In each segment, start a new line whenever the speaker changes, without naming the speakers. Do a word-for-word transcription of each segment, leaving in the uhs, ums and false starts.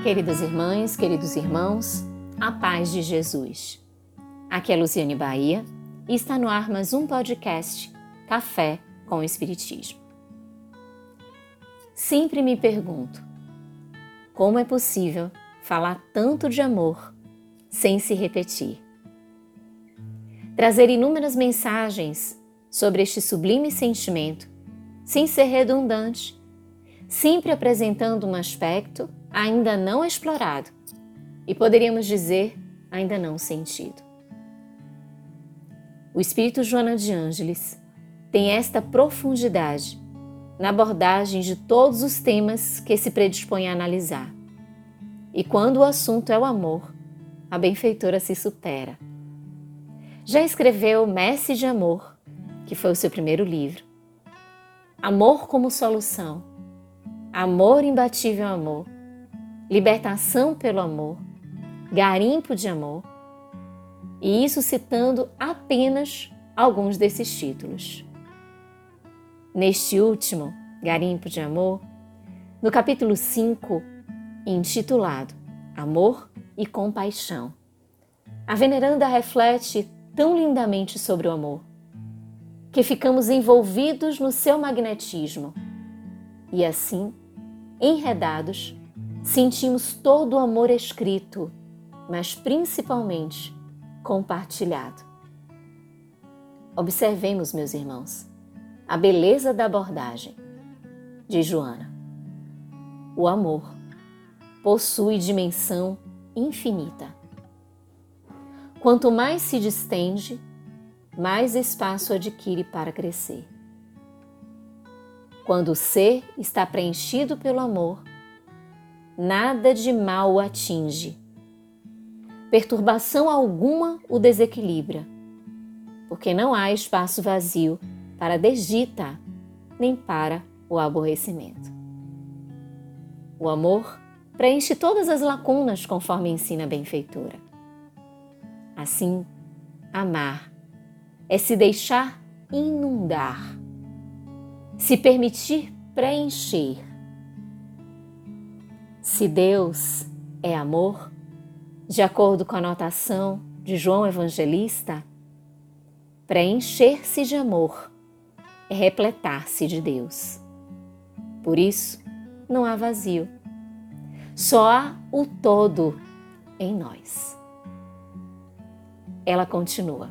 Queridas irmãs, queridos irmãos, a paz de Jesus. Aqui é Luciane Bahia e está no ar mais um podcast Café com o Espiritismo. Sempre me pergunto, como é possível falar tanto de amor sem se repetir? Trazer inúmeras mensagens sobre este sublime sentimento, sem ser redundante, sempre apresentando um aspecto ainda não explorado e poderíamos dizer ainda não sentido. O Espírito Joana de Ângeles tem esta profundidade na abordagem de todos os temas que se predispõe a analisar. E quando o assunto é o amor, a benfeitora se supera. Já escreveu Messe de Amor, que foi o seu primeiro livro. Amor como solução, Amor imbatível amor, Libertação pelo amor, Garimpo de amor, e isso citando apenas alguns desses títulos. Neste último, Garimpo de amor, no capítulo cinco, intitulado Amor e Compaixão, a veneranda reflete tão lindamente sobre o amor, que ficamos envolvidos no seu magnetismo e assim, enredados, sentimos todo o amor escrito, mas principalmente compartilhado. Observemos, meus irmãos, a beleza da abordagem de Joana. O amor possui dimensão infinita. Quanto mais se distende, mais espaço adquire para crescer. Quando o ser está preenchido pelo amor, nada de mal o atinge. Perturbação alguma o desequilibra, porque não há espaço vazio para a desdita, nem para o aborrecimento. O amor preenche todas as lacunas conforme ensina a benfeitora. Assim, amar é se deixar inundar, se permitir preencher. Se Deus é amor, de acordo com a notação de João Evangelista, preencher-se de amor é repletar-se de Deus. Por isso, não há vazio, só há o todo em nós. Ela continua.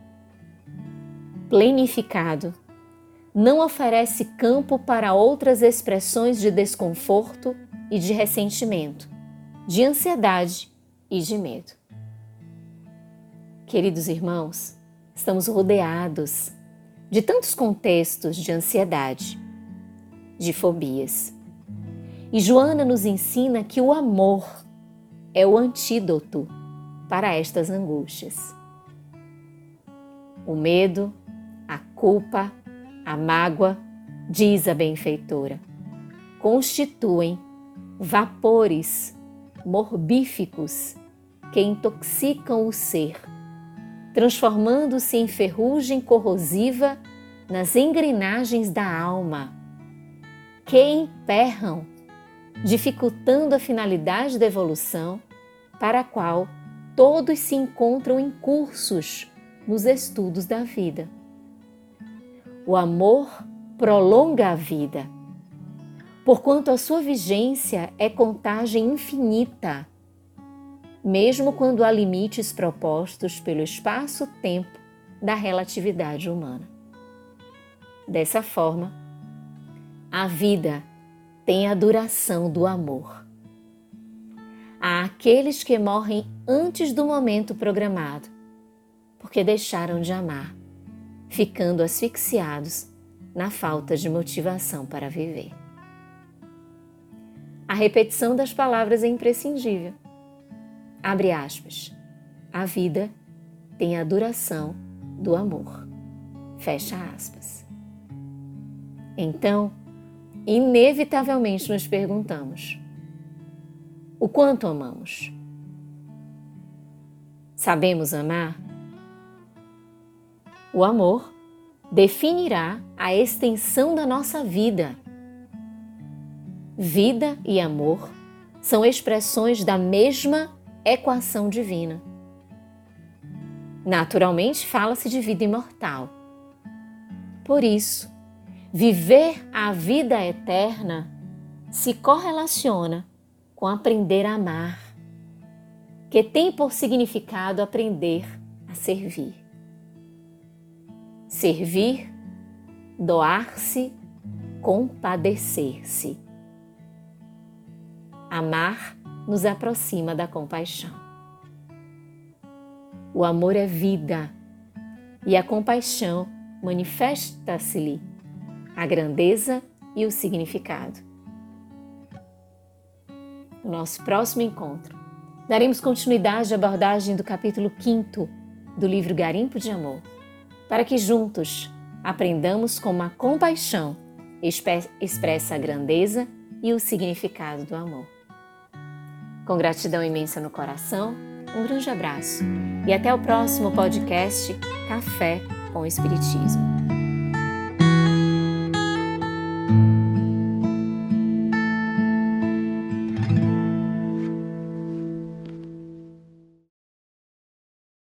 Plenificado, não oferece campo para outras expressões de desconforto e de ressentimento, de ansiedade e de medo. Queridos irmãos, estamos rodeados de tantos contextos de ansiedade, de fobias. E Joana nos ensina que o amor é o antídoto para estas angústias. O medo, a culpa, a mágoa, diz a benfeitora, constituem vapores morbíficos que intoxicam o ser, transformando-se em ferrugem corrosiva nas engrenagens da alma, que emperram, dificultando a finalidade da evolução para a qual todos se encontram em cursos nos estudos da vida. O amor prolonga a vida, porquanto a sua vigência é contagem infinita, mesmo quando há limites propostos pelo espaço-tempo da relatividade humana. Dessa forma, a vida tem a duração do amor. Há aqueles que morrem antes do momento programado, porque deixaram de amar, ficando asfixiados na falta de motivação para viver. A repetição das palavras é imprescindível. Abre aspas. A vida tem a duração do amor. Fecha aspas. Então, inevitavelmente nos perguntamos: o quanto amamos? Sabemos amar? O amor definirá a extensão da nossa vida. Vida e amor são expressões da mesma equação divina. Naturalmente, fala-se de vida imortal. Por isso, viver a vida eterna se correlaciona com aprender a amar, que tem por significado aprender a servir. Servir, doar-se, compadecer-se. Amar nos aproxima da compaixão. O amor é vida e a compaixão manifesta-se-lhe a grandeza e o significado. No nosso próximo encontro, daremos continuidade à abordagem do capítulo quinto do livro Garimpo de Amor, para que juntos aprendamos como a compaixão expressa a grandeza e o significado do amor. Com gratidão imensa no coração, um grande abraço e até o próximo podcast Café com Espiritismo.